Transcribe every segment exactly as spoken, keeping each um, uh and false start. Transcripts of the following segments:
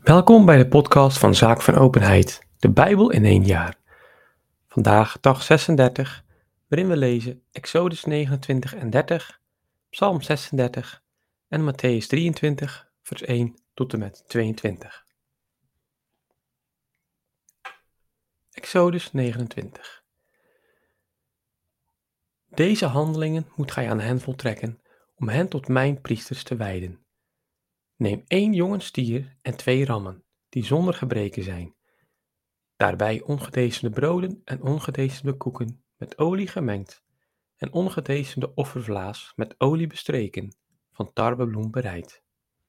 Welkom bij de podcast van Zaak van Openheid, de Bijbel in één jaar. Vandaag dag zesendertig, waarin we lezen Exodus negenentwintig en dertig, Psalm zesendertig en Matthäus drieëntwintig, vers één tot en met tweeëntwintig. Exodus negenentwintig. Deze handelingen moet gij aan hen voltrekken, om hen tot mijn priesters te wijden. Neem één jonge stier en twee rammen, die zonder gebreken zijn. Daarbij ongedezende broden en ongedezende koeken met olie gemengd en ongedezende offervlaas met olie bestreken, van tarwebloem bereid.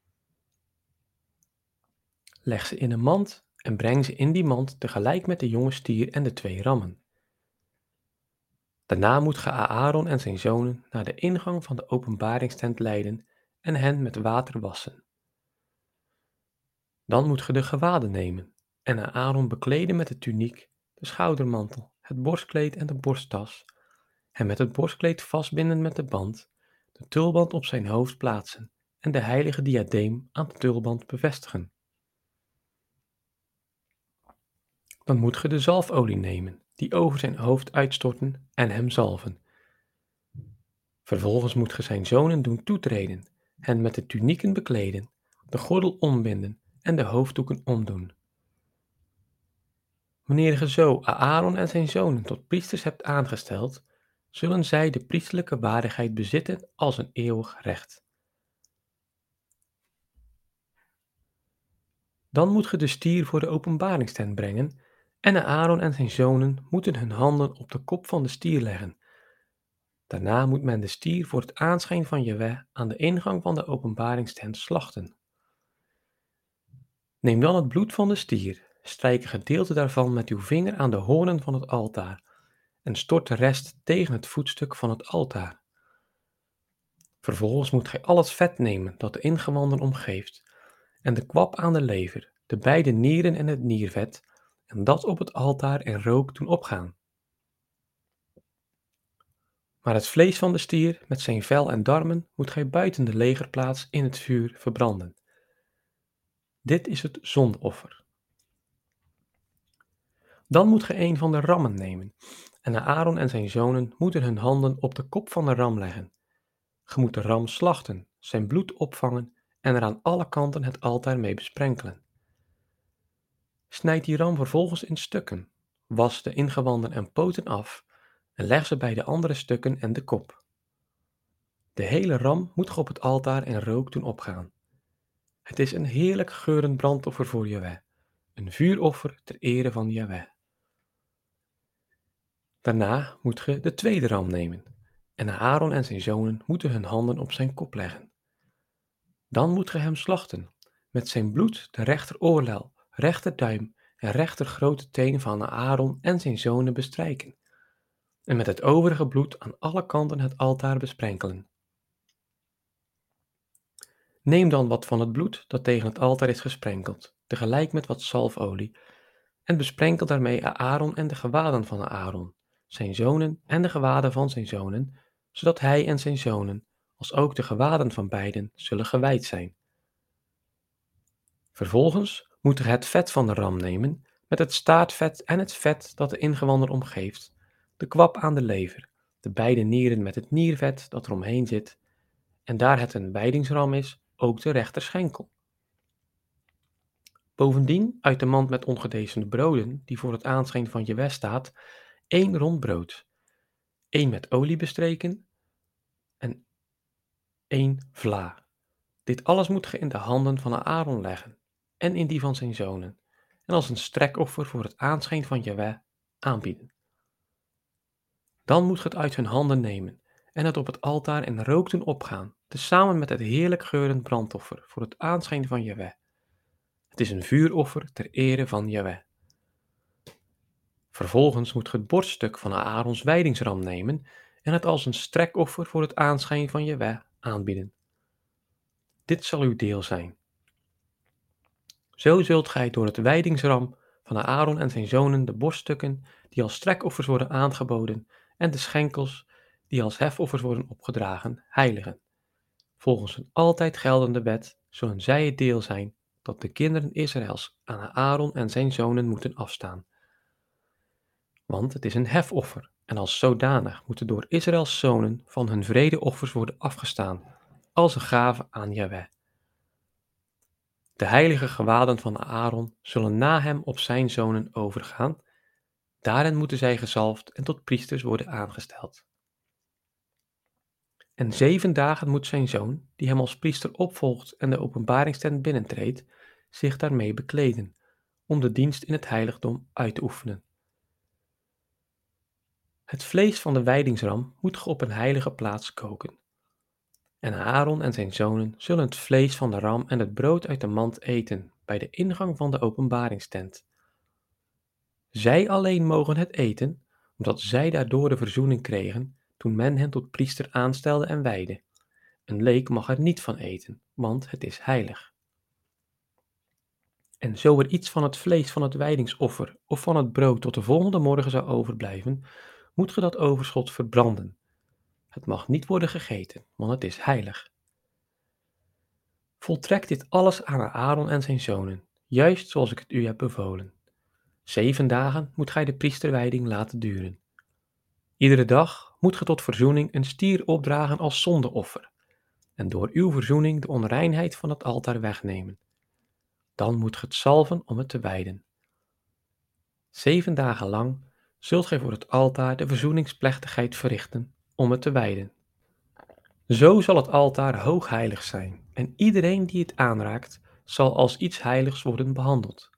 Leg ze in een mand en breng ze in die mand tegelijk met de jonge stier en de twee rammen. Daarna moet ge Aaron en zijn zonen naar de ingang van de openbaringstent leiden en hen met water wassen. Dan moet ge de gewaden nemen en Aaron bekleden met de tuniek, de schoudermantel, het borstkleed en de borsttas, hem met het borstkleed vastbinden met de band, de tulband op zijn hoofd plaatsen en de heilige diadeem aan de tulband bevestigen. Dan moet ge de zalfolie nemen, die over zijn hoofd uitstorten en hem zalven. Vervolgens moet ge zijn zonen doen toetreden, hen met de tunieken bekleden, de gordel ombinden en de hoofddoeken omdoen. Wanneer ge zo Aaron en zijn zonen tot priesters hebt aangesteld, zullen zij de priesterlijke waardigheid bezitten als een eeuwig recht. Dan moet ge de stier voor de openbaringstent brengen en Aaron en zijn zonen moeten hun handen op de kop van de stier leggen. Daarna moet men de stier voor het aanschijn van Jahweh aan de ingang van de openbaringstent slachten. Neem dan het bloed van de stier, strijk een gedeelte daarvan met uw vinger aan de hoornen van het altaar en stort de rest tegen het voetstuk van het altaar. Vervolgens moet gij al het vet nemen dat de ingewanden omgeeft en de kwap aan de lever, de beide nieren en het niervet, en dat op het altaar in rook doen opgaan. Maar het vlees van de stier met zijn vel en darmen moet gij buiten de legerplaats in het vuur verbranden. Dit is het zondoffer. Dan moet ge een van de rammen nemen en Aaron en zijn zonen moeten hun handen op de kop van de ram leggen. Ge moet de ram slachten, zijn bloed opvangen en er aan alle kanten het altaar mee besprenkelen. Snijd die ram vervolgens in stukken, was de ingewanden en poten af en leg ze bij de andere stukken en de kop. De hele ram moet ge op het altaar in rook doen opgaan. Het is een heerlijk geurend brandoffer voor Jahweh, een vuuroffer ter ere van Jahweh. Daarna moet ge de tweede ram nemen en Aaron en zijn zonen moeten hun handen op zijn kop leggen. Dan moet ge hem slachten, met zijn bloed de rechteroorlel, rechterduim en rechter grote teen van Aaron en zijn zonen bestrijken, en met het overige bloed aan alle kanten het altaar besprenkelen. Neem dan wat van het bloed dat tegen het altaar is gesprenkeld, tegelijk met wat zalfolie, en besprenkel daarmee Aaron en de gewaden van Aaron, zijn zonen en de gewaden van zijn zonen, zodat hij en zijn zonen, als ook de gewaden van beiden, zullen gewijd zijn. Vervolgens moet ge het vet van de ram nemen, met het staartvet en het vet dat de ingewanden omgeeft, de kwap aan de lever, de beide nieren met het niervet dat er omheen zit, en daar het een wijdingsram is, ook de rechterschenkel. Bovendien uit de mand met ongedezende broden, die voor het aanschijn van Jahweh staat, één rond brood, één met olie bestreken en één vla. Dit alles moet ge in de handen van Aaron leggen en in die van zijn zonen, en als een strekoffer voor het aanschijn van Jahweh aanbieden. Dan moet ge het uit hun handen nemen en het op het altaar in rook doen opgaan, tezamen met het heerlijk geurend brandoffer voor het aanschijn van Jahweh. Het is een vuuroffer ter ere van Jahweh. Vervolgens moet ge het borststuk van Aarons wijdingsram nemen en het als een strekoffer voor het aanschijn van Jahweh aanbieden. Dit zal uw deel zijn. Zo zult gij door het wijdingsram van Aaron en zijn zonen de borststukken die als strekoffers worden aangeboden en de schenkels die als hefoffers worden opgedragen, heiligen. Volgens een altijd geldende wet zullen zij het deel zijn dat de kinderen Israëls aan Aaron en zijn zonen moeten afstaan. Want het is een hefoffer en als zodanig moeten door Israëls zonen van hun vredeoffers worden afgestaan, als een gave aan Jahweh. De heilige gewaden van Aaron zullen na hem op zijn zonen overgaan. Daarin moeten zij gezalfd en tot priesters worden aangesteld. En zeven dagen moet zijn zoon, die hem als priester opvolgt en de openbaringstent binnentreedt, zich daarmee bekleden, om de dienst in het heiligdom uit te oefenen. Het vlees van de wijdingsram moet ge op een heilige plaats koken. En Aaron en zijn zonen zullen het vlees van de ram en het brood uit de mand eten, bij de ingang van de openbaringstent. Zij alleen mogen het eten, omdat zij daardoor de verzoening kregen toen men hen tot priester aanstelde en wijdde. Een leek mag er niet van eten, want het is heilig. En zo er iets van het vlees van het wijdingsoffer of van het brood tot de volgende morgen zou overblijven, moet ge dat overschot verbranden. Het mag niet worden gegeten, want het is heilig. Voltrek dit alles aan Aaron en zijn zonen, juist zoals ik het u heb bevolen. Zeven dagen moet gij de priesterwijding laten duren. Iedere dag moet ge tot verzoening een stier opdragen als zondeoffer, en door uw verzoening de onreinheid van het altaar wegnemen. Dan moet ge het zalven om het te wijden. Zeven dagen lang zult gij voor het altaar de verzoeningsplechtigheid verrichten om het te wijden. Zo zal het altaar hoogheilig zijn, en iedereen die het aanraakt, zal als iets heiligs worden behandeld.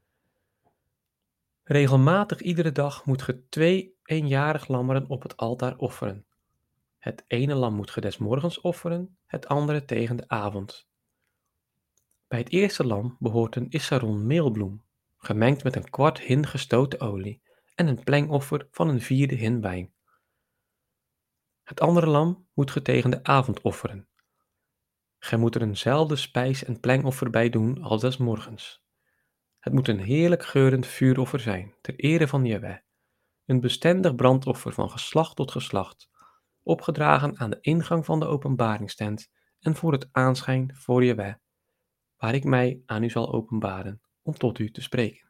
Regelmatig iedere dag moet ge twee eenjarig lammeren op het altaar offeren. Het ene lam moet ge des morgens offeren, het andere tegen de avond. Bij het eerste lam behoort een issaron meelbloem, gemengd met een kwart hin gestoten olie en een plengoffer van een vierde hin wijn. Het andere lam moet ge tegen de avond offeren. Gij moet er eenzelfde spijs en plengoffer bij doen als des morgens. Het moet een heerlijk geurend vuuroffer zijn, ter ere van Jahweh, een bestendig brandoffer van geslacht tot geslacht, opgedragen aan de ingang van de openbaringstent en voor het aanschijn voor Jahweh, waar ik mij aan u zal openbaren, om tot u te spreken.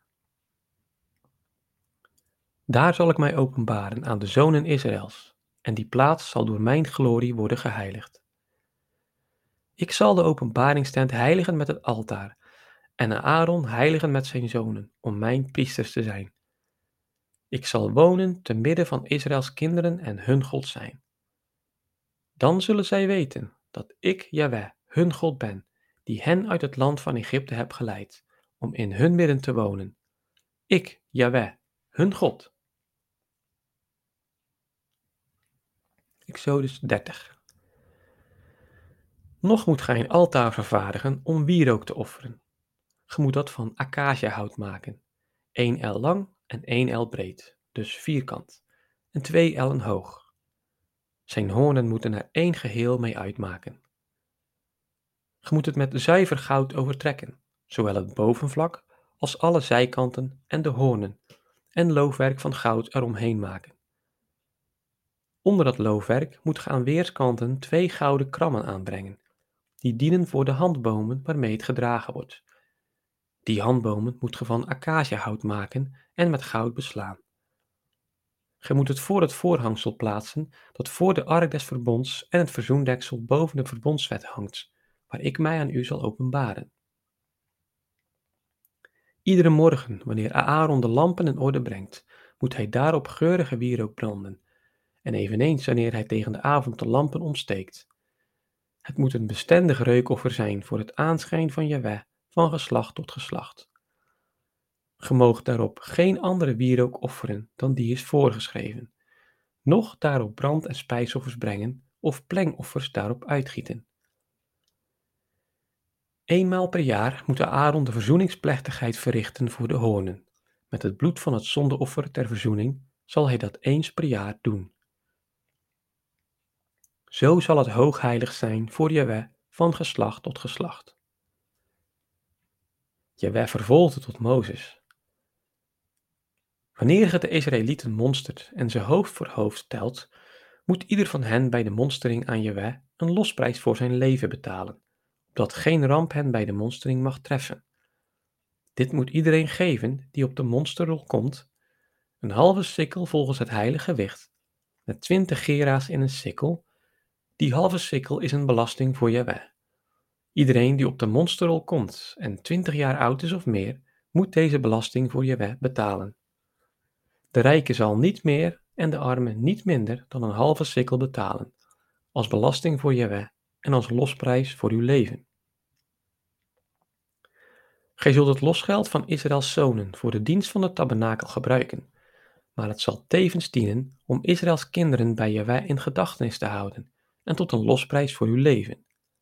Daar zal ik mij openbaren aan de zonen Israëls, en die plaats zal door mijn glorie worden geheiligd. Ik zal de openbaringstent heiligen met het altaar, en Aaron heiligen met zijn zonen, om mijn priesters te zijn. Ik zal wonen te midden van Israëls kinderen en hun God zijn. Dan zullen zij weten dat ik, Jahweh, hun God ben, die hen uit het land van Egypte heb geleid, om in hun midden te wonen. Ik, Jahweh, hun God. Exodus dertig. Nog moet gij een altaar vervaardigen om wierook te offeren. Ge moet dat van acaciahout maken, één el lang en één el breed, dus vierkant, en twee ellen hoog. Zijn hoornen moeten er één geheel mee uitmaken. Ge moet het met zuiver goud overtrekken, zowel het bovenvlak als alle zijkanten en de hoornen, en loofwerk van goud eromheen maken. Onder dat loofwerk moet ge aan weerskanten twee gouden krammen aanbrengen, die dienen voor de handbomen waarmee het gedragen wordt. Die handbomen moet ge van acaciahout maken en met goud beslaan. Ge moet het voor het voorhangsel plaatsen dat voor de ark des verbonds en het verzoendeksel boven de verbondswet hangt, waar ik mij aan u zal openbaren. Iedere morgen, wanneer Aaron de lampen in orde brengt, moet hij daarop geurige wierook branden, en eveneens wanneer hij tegen de avond de lampen ontsteekt. Het moet een bestendig reukoffer zijn voor het aanschijn van Jahweh, van geslacht tot geslacht. Ge moogt daarop geen andere wierook offeren dan die is voorgeschreven, noch daarop brand- en spijsoffers brengen of plengoffers daarop uitgieten. Eenmaal per jaar moet Aaron de verzoeningsplechtigheid verrichten voor de hoornen. Met het bloed van het zondeoffer ter verzoening zal hij dat eens per jaar doen. Zo zal het hoogheilig zijn voor Jahweh van geslacht tot geslacht. Jahweh vervolgde tot Mozes: Wanneer ge de Israëlieten monstert en ze hoofd voor hoofd telt, moet ieder van hen bij de monstering aan Jahweh een losprijs voor zijn leven betalen, opdat geen ramp hen bij de monstering mag treffen. Dit moet iedereen geven die op de monsterrol komt, een halve sikkel volgens het heilige gewicht, met twintig gera's in een sikkel. Die halve sikkel is een belasting voor Jahweh. Iedereen die op de monsterrol komt en twintig jaar oud is of meer, moet deze belasting voor Jahweh betalen. De rijke zal niet meer en de arme niet minder dan een halve sikkel betalen, als belasting voor Jahweh en als losprijs voor uw leven. Gij zult het losgeld van Israëls zonen voor de dienst van de tabernakel gebruiken, maar het zal tevens dienen om Israëls kinderen bij Jahweh in gedachtenis te houden en tot een losprijs voor uw leven.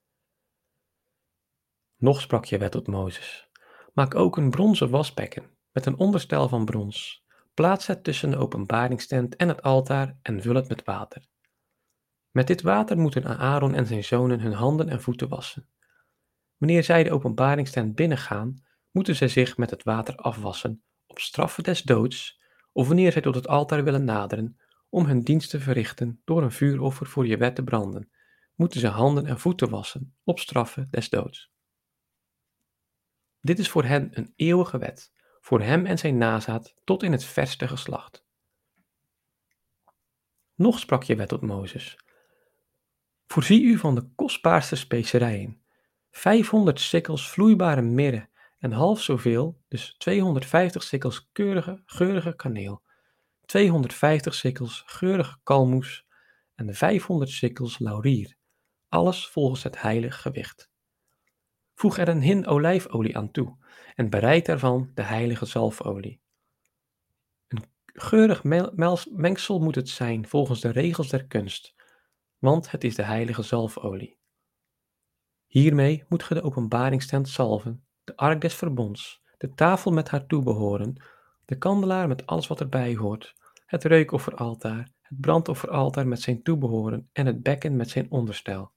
Nog sprak Jahweh tot Mozes: maak ook een bronzen wasbekken met een onderstel van brons. Plaats het tussen de openbaringstent en het altaar en vul het met water. Met dit water moeten Aaron en zijn zonen hun handen en voeten wassen. Wanneer zij de openbaringstent binnengaan, moeten zij zich met het water afwassen, op straffe des doods, of wanneer zij tot het altaar willen naderen, om hun dienst te verrichten door een vuuroffer voor Jahweh te branden, moeten ze handen en voeten wassen, op straffe des doods. Dit is voor hen een eeuwige wet, voor hem en zijn nazaat tot in het verste geslacht. Nog sprak Jahweh tot Mozes: voorzie u van de kostbaarste specerijen, vijfhonderd sikkels vloeibare mirre en half zoveel, dus tweehonderdvijftig sikkels keurige, geurige kaneel, tweehonderdvijftig sikkels geurige kalmoes en vijfhonderd sikkels laurier, alles volgens het heilige gewicht. Voeg er een hin olijfolie aan toe en bereid daarvan de heilige zalfolie. Een geurig mengsel moet het zijn volgens de regels der kunst, want het is de heilige zalfolie. Hiermee moet ge de openbaringstent zalven, de ark des verbonds, de tafel met haar toebehoren, de kandelaar met alles wat erbij hoort, het reukofferaltaar, het brandofferaltaar met zijn toebehoren en het bekken met zijn onderstel.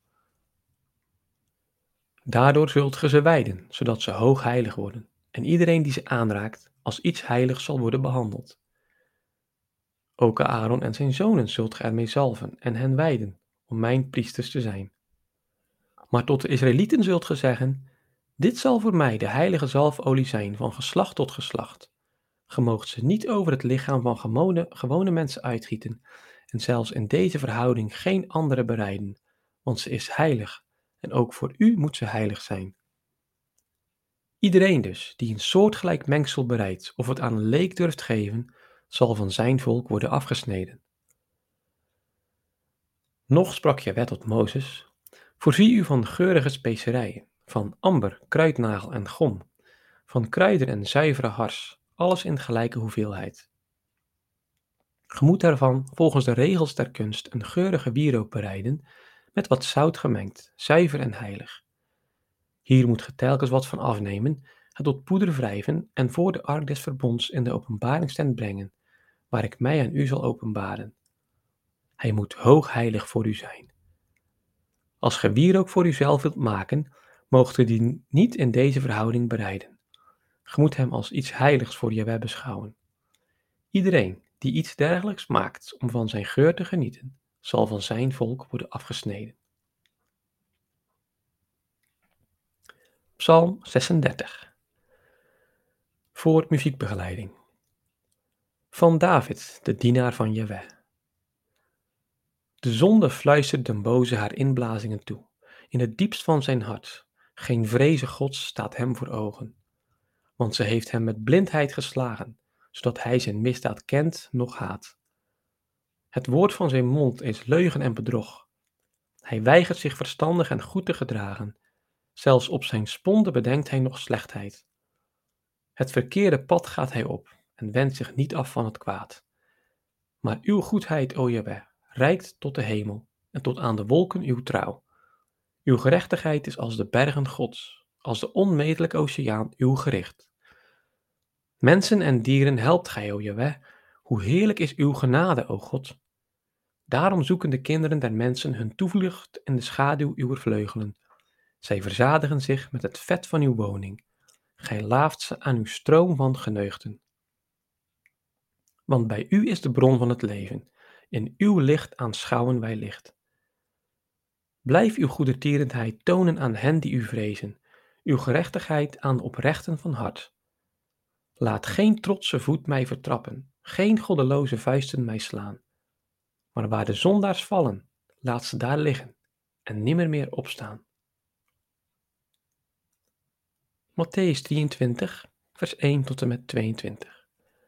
Daardoor zult ge ze wijden, zodat ze hoog heilig worden, en iedereen die ze aanraakt als iets heiligs zal worden behandeld. Ook Aaron en zijn zonen zult ge ermee zalven en hen wijden, om mijn priesters te zijn. Maar tot de Israëlieten zult ge zeggen: dit zal voor mij de heilige zalfolie zijn van geslacht tot geslacht. Ge moogt ze niet over het lichaam van gewone, gewone mensen uitgieten, en zelfs in deze verhouding geen andere bereiden, want ze is heilig, en ook voor u moet ze heilig zijn. Iedereen dus, die een soortgelijk mengsel bereidt of het aan een leek durft geven, zal van zijn volk worden afgesneden. Nog sprak Jahweh tot Mozes: voorzie u van geurige specerijen, van amber, kruidnagel en gom, van kruiden en zuivere hars, alles in gelijke hoeveelheid. Ge moet daarvan volgens de regels der kunst een geurige wierook bereiden, met wat zout gemengd, zuiver en heilig. Hier moet ge telkens wat van afnemen, het tot poeder wrijven en voor de ark des verbonds in de openbaringstent brengen, waar ik mij aan u zal openbaren. Hij moet hoog heilig voor u zijn. Als ge wierook voor uzelf wilt maken, moogt u die niet in deze verhouding bereiden. Ge moet hem als iets heiligs voor Jahweh beschouwen. Iedereen die iets dergelijks maakt om van zijn geur te genieten, zal van zijn volk worden afgesneden. Psalm zesendertig. Voor muziekbegeleiding. Van David, de dienaar van Jahweh. De zonde fluistert den boze haar inblazingen toe, in het diepst van zijn hart. Geen vreze Gods staat hem voor ogen, want ze heeft hem met blindheid geslagen, zodat hij zijn misdaad kent, noch haat. Het woord van zijn mond is leugen en bedrog. Hij weigert zich verstandig en goed te gedragen, zelfs op zijn sponde bedenkt hij nog slechtheid. Het verkeerde pad gaat hij op en wendt zich niet af van het kwaad. Maar uw goedheid, o Jahweh, reikt tot de hemel en tot aan de wolken uw trouw. Uw gerechtigheid is als de bergen Gods, als de onmetelijke oceaan uw gericht. Mensen en dieren helpt gij, o Jahweh, hoe heerlijk is uw genade, o God. Daarom zoeken de kinderen der mensen hun toevlucht in de schaduw uw vleugelen. Zij verzadigen zich met het vet van uw woning. Gij laaft ze aan uw stroom van geneugten. Want bij u is de bron van het leven. In uw licht aanschouwen wij licht. Blijf uw goedertierenheid tonen aan hen die u vrezen, uw gerechtigheid aan de oprechten van hart. Laat geen trotse voet mij vertrappen, geen goddeloze vuisten mij slaan. Maar waar de zondaars vallen, laat ze daar liggen en nimmer meer opstaan. Mattheüs drieëntwintig, vers één tot en met tweeëntwintig.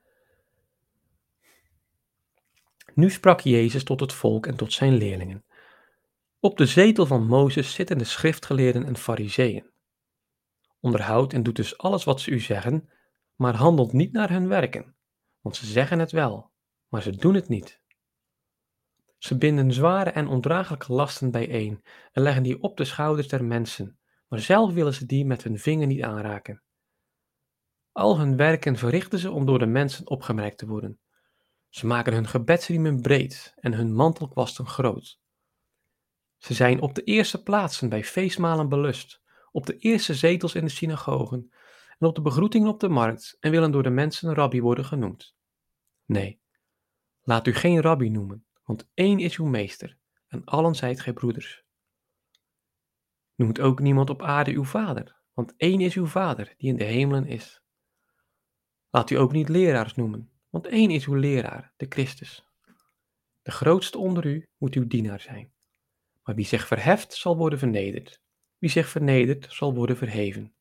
Nu sprak Jezus tot het volk en tot zijn leerlingen. Op de zetel van Mozes zitten de schriftgeleerden en fariseeën. Onderhoud en doet dus alles wat ze u zeggen, maar handelt niet naar hun werken, want ze zeggen het wel, maar ze doen het niet. Ze binden zware en ondraaglijke lasten bijeen en leggen die op de schouders der mensen, maar zelf willen ze die met hun vinger niet aanraken. Al hun werken verrichten ze om door de mensen opgemerkt te worden. Ze maken hun gebedsriemen breed en hun mantelkwasten groot. Ze zijn op de eerste plaatsen bij feestmalen belust, op de eerste zetels in de synagogen en op de begroetingen op de markt en willen door de mensen rabbi worden genoemd. Nee, laat u geen rabbi noemen, want één is uw meester en allen zijt gij broeders. Noemt ook niemand op aarde uw vader, want één is uw vader die in de hemelen is. Laat u ook niet leraars noemen, want één is uw leraar, de Christus. De grootste onder u moet uw dienaar zijn. Maar wie zich verheft, zal worden vernederd. Wie zich vernedert, zal worden verheven.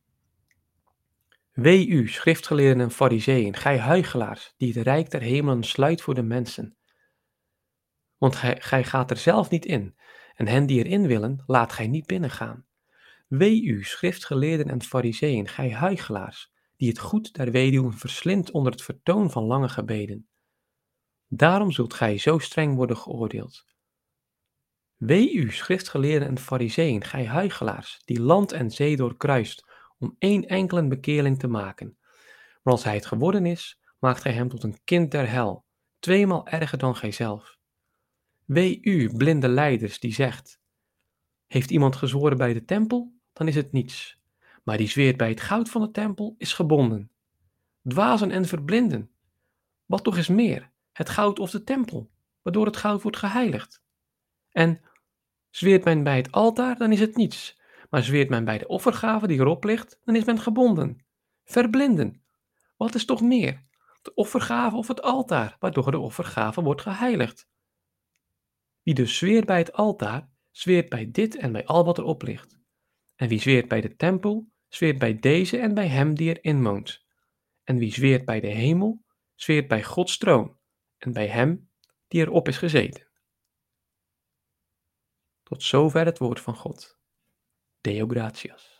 Wee u, schriftgeleerden en fariseeën, gij huichelaars, die het rijk der hemelen sluit voor de mensen. Want gij, gij gaat er zelf niet in, en hen die erin willen, laat gij niet binnengaan. Wee u, schriftgeleerden en fariseeën, gij huichelaars, die het goed der weduwen verslindt onder het vertoon van lange gebeden. Daarom zult gij zo streng worden geoordeeld. Wee u, schriftgeleerden en fariseeën, gij huichelaars, die land en zee doorkruist, om één enkele bekeerling te maken. Maar als hij het geworden is, maakt gij hem tot een kind der hel, tweemaal erger dan gijzelf. Wee u, blinde leiders, die zegt, heeft iemand gezworen bij de tempel, dan is het niets. Maar die zweert bij het goud van de tempel, is gebonden. Dwazen en verblinden. Wat toch is meer, het goud of de tempel, waardoor het goud wordt geheiligd? En zweert men bij het altaar, dan is het niets. Maar zweert men bij de offergave die erop ligt, dan is men gebonden. Verblinden. Wat is toch meer? De offergave of het altaar, waardoor de offergave wordt geheiligd. Wie dus zweert bij het altaar, zweert bij dit en bij al wat erop ligt. En wie zweert bij de tempel, zweert bij deze en bij hem die erin woont. En wie zweert bij de hemel, zweert bij Gods troon en bij hem die erop is gezeten. Tot zover het woord van God. Deo gratias.